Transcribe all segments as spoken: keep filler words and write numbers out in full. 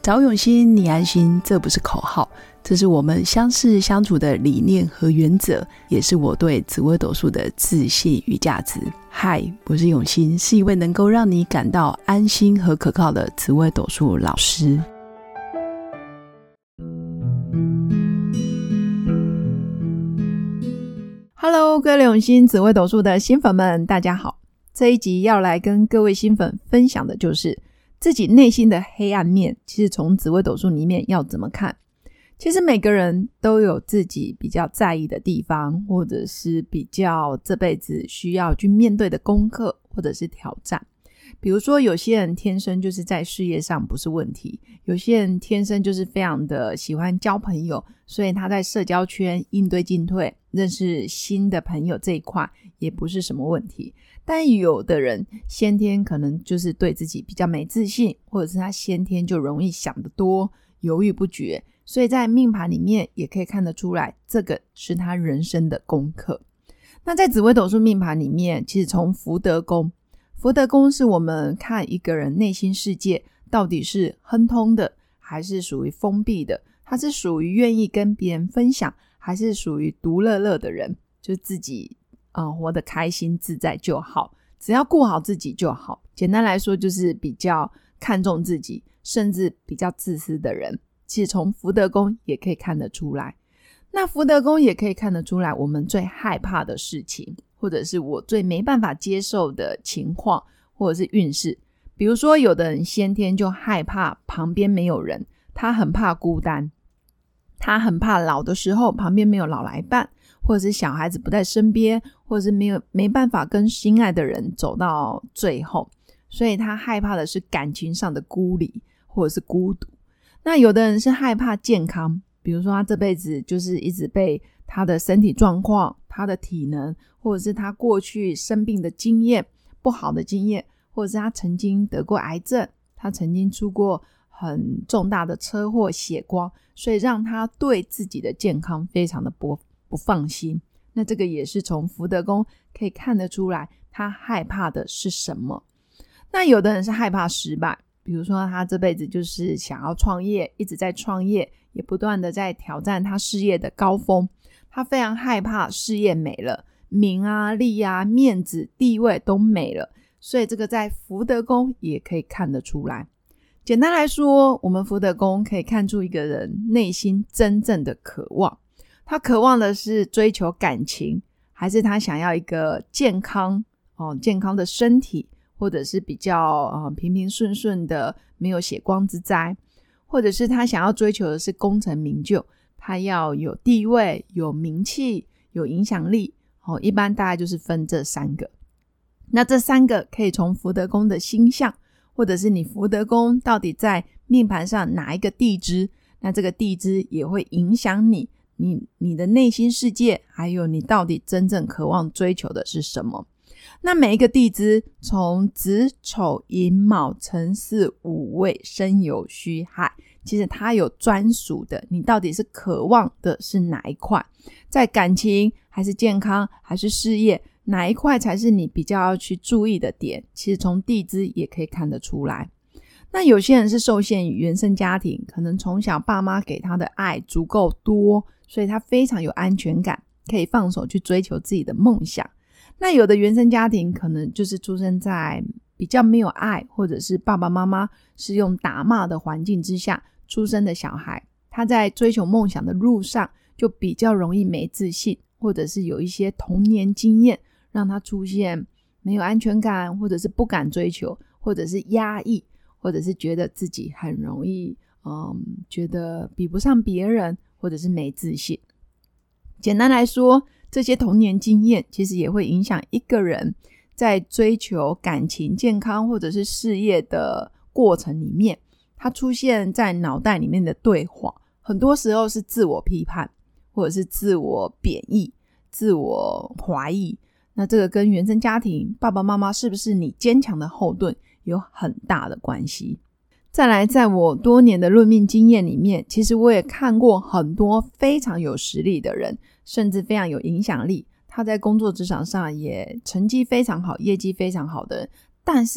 找永新，你安心，这不是口号，这是我们相识相处的理念和原则，也是我对紫微斗数的自信与价值。嗨，我是永新，是一位能够让你感到安心和可靠的紫微斗数老师。Hello， 各位永新紫微斗数的新粉们，大家好。这一集要来跟各位新粉分享的就是自己内心的黑暗面，其实从紫微斗数里面要怎么看。其实每个人都有自己比较在意的地方，或者是比较这辈子需要去面对的功课或者是挑战。比如说有些人天生就是在事业上不是问题，有些人天生就是非常的喜欢交朋友，所以他在社交圈应对进退，认识新的朋友这一块也不是什么问题。但有的人先天可能就是对自己比较没自信，或者是他先天就容易想得多，犹豫不决，所以在命盘里面也可以看得出来，这个是他人生的功课。那在紫微斗数命盘里面，其实从福德宫，福德宫是我们看一个人内心世界到底是亨通的还是属于封闭的，他是属于愿意跟别人分享，还是属于独乐乐的人，就自己呃，活得开心自在就好，只要顾好自己就好。简单来说就是比较看重自己，甚至比较自私的人，其实从福德宫也可以看得出来。那福德宫也可以看得出来我们最害怕的事情，或者是我最没办法接受的情况，或者是运势。比如说有的人先天就害怕旁边没有人，他很怕孤单，他很怕老的时候旁边没有老来伴，或者是小孩子不在身边，或者是没有没办法跟心爱的人走到最后，所以他害怕的是感情上的孤立或者是孤独。那有的人是害怕健康，比如说他这辈子就是一直被他的身体状况，他的体能，或者是他过去生病的经验，不好的经验，或者是他曾经得过癌症，他曾经出过很重大的车祸血光，所以让他对自己的健康非常的不不放心。那这个也是从福德宫可以看得出来他害怕的是什么。那有的人是害怕失败，比如说他这辈子就是想要创业，一直在创业，也不断的在挑战他事业的高峰，他非常害怕事业没了，名啊利啊面子地位都没了，所以这个在福德宫也可以看得出来。简单来说，我们福德宫可以看出一个人内心真正的渴望，他渴望的是追求感情，还是他想要一个健康、哦、健康的身体，或者是比较、呃、平平顺顺的没有血光之灾，或者是他想要追求的是功成名就，他要有地位，有名气，有影响力、哦、一般大概就是分这三个。那这三个可以从福德宫的星象，或者是你福德宫到底在命盘上哪一个地支，那这个地支也会影响你你你的内心世界，还有你到底真正渴望追求的是什么。那每一个地支从子丑寅卯辰巳午未申酉戌亥，其实它有专属的，你到底是渴望的是哪一块，在感情还是健康还是事业，哪一块才是你比较要去注意的点，其实从地支也可以看得出来。那有些人是受限于原生家庭，可能从小爸妈给他的爱足够多，所以他非常有安全感，可以放手去追求自己的梦想。那有的原生家庭可能就是出生在比较没有爱，或者是爸爸妈妈是用打骂的环境之下出生的小孩，他在追求梦想的路上就比较容易没自信，或者是有一些童年经验让他出现没有安全感，或者是不敢追求，或者是压抑，或者是觉得自己很容易嗯，觉得比不上别人，或者是没自信。简单来说，这些童年经验其实也会影响一个人在追求感情、健康或者是事业的过程里面，他出现在脑袋里面的对话，很多时候是自我批判，或者是自我贬义、自我怀疑。那这个跟原生家庭爸爸妈妈是不是你坚强的后盾有很大的关系。再来，在我多年的论命经验里面，其实我也看过很多非常有实力的人，甚至非常有影响力，他在工作职场上也成绩非常好，业绩非常好的人，但是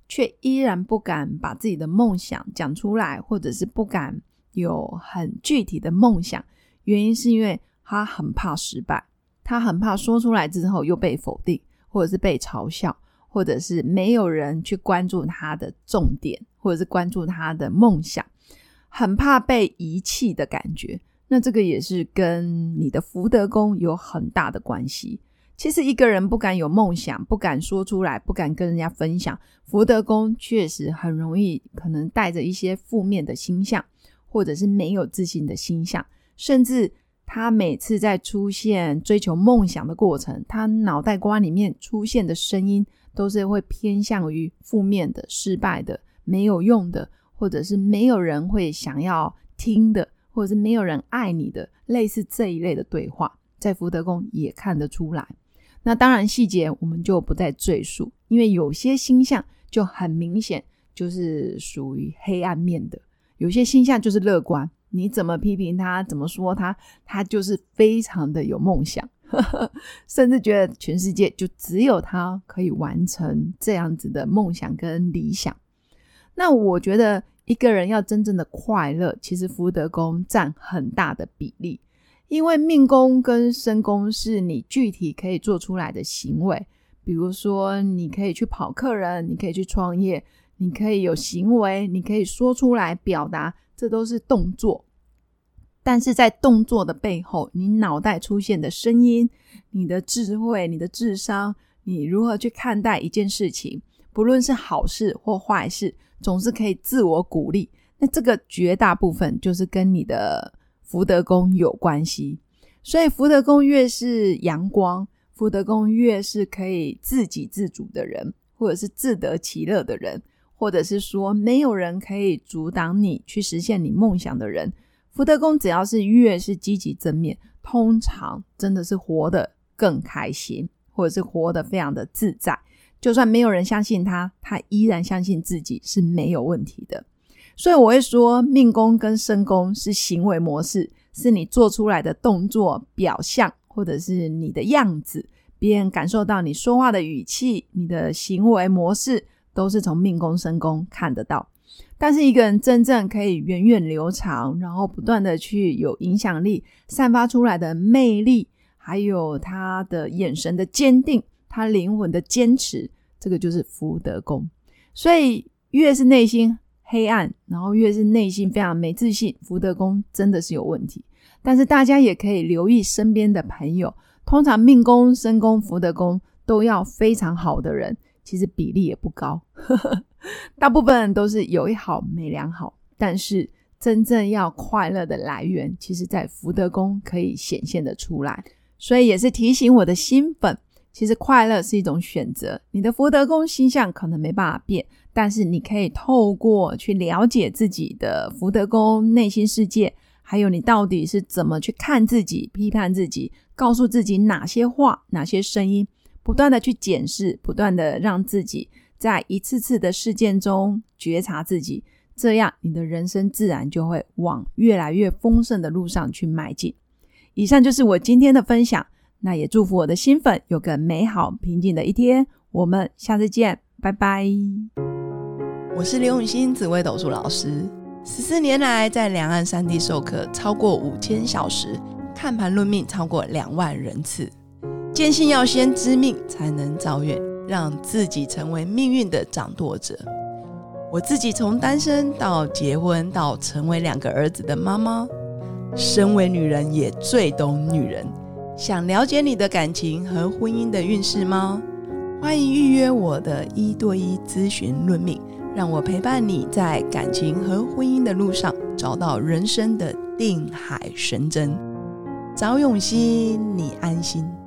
却依然不敢把自己的梦想讲出来，或者是不敢有很具体的梦想，原因是因为他很怕失败，他很怕说出来之后又被否定，或者是被嘲笑，或者是没有人去关注他的重点，或者是关注他的梦想，很怕被遗弃的感觉。那这个也是跟你的福德宫有很大的关系。其实一个人不敢有梦想，不敢说出来，不敢跟人家分享，福德宫确实很容易可能带着一些负面的星象，或者是没有自信的星象，甚至他每次在出现追求梦想的过程，他脑袋瓜里面出现的声音都是会偏向于负面的、失败的、没有用的，或者是没有人会想要听的，或者是没有人爱你的，类似这一类的对话，在福德宫也看得出来。那当然细节我们就不再赘述，因为有些星象就很明显就是属于黑暗面的，有些星象就是乐观，你怎么批评他，怎么说他，他就是非常的有梦想甚至觉得全世界就只有他可以完成这样子的梦想跟理想。那我觉得一个人要真正的快乐，其实福德宫占很大的比例，因为命宫跟身宫是你具体可以做出来的行为，比如说你可以去跑客人，你可以去创业，你可以有行为，你可以说出来表达，这都是动作。但是在动作的背后，你脑袋出现的声音，你的智慧，你的智商，你如何去看待一件事情，不论是好事或坏事，总是可以自我鼓励，那这个绝大部分就是跟你的福德宫有关系。所以福德宫越是阳光，福德宫越是可以自给自足的人，或者是自得其乐的人，或者是说没有人可以阻挡你去实现你梦想的人，福德宫只要是越是积极正面，通常真的是活得更开心，或者是活得非常的自在，就算没有人相信他，他依然相信自己是没有问题的。所以我会说命宫跟身宫是行为模式，是你做出来的动作表象，或者是你的样子，别人感受到你说话的语气，你的行为模式都是从命宫身宫看得到。但是一个人真正可以源远流长，然后不断的去有影响力，散发出来的魅力，还有他的眼神的坚定，他灵魂的坚持，这个就是福德宫。所以越是内心黑暗，然后越是内心非常没自信，福德宫真的是有问题。但是大家也可以留意身边的朋友，通常命宫、身宫、福德宫都要非常好的人，其实比例也不高大部分人都是有一好没两好，但是真正要快乐的来源，其实在福德宫可以显现得出来。所以也是提醒我的新粉，其实快乐是一种选择，你的福德宫星象可能没办法变，但是你可以透过去了解自己的福德宫内心世界，还有你到底是怎么去看自己，批判自己，告诉自己哪些话，哪些声音，不断的去检视，不断的让自己在一次次的事件中觉察自己，这样你的人生自然就会往越来越丰盛的路上去迈进。以上就是我今天的分享，那也祝福我的新粉有个美好平静的一天，我们下次见，拜拜。 我是刘永新紫微斗数老师，十四年来在两岸三地授课超过五千小时，看盘论命超过两万人次，坚信要先知命才能造运，让自己成为命运的掌舵者。我自己从单身到结婚，到成为两个儿子的妈妈，身为女人也最懂女人。想了解你的感情和婚姻的运势吗？欢迎预约我的一对一咨询论命，让我陪伴你在感情和婚姻的路上找到人生的定海神针。找永熙，你安心。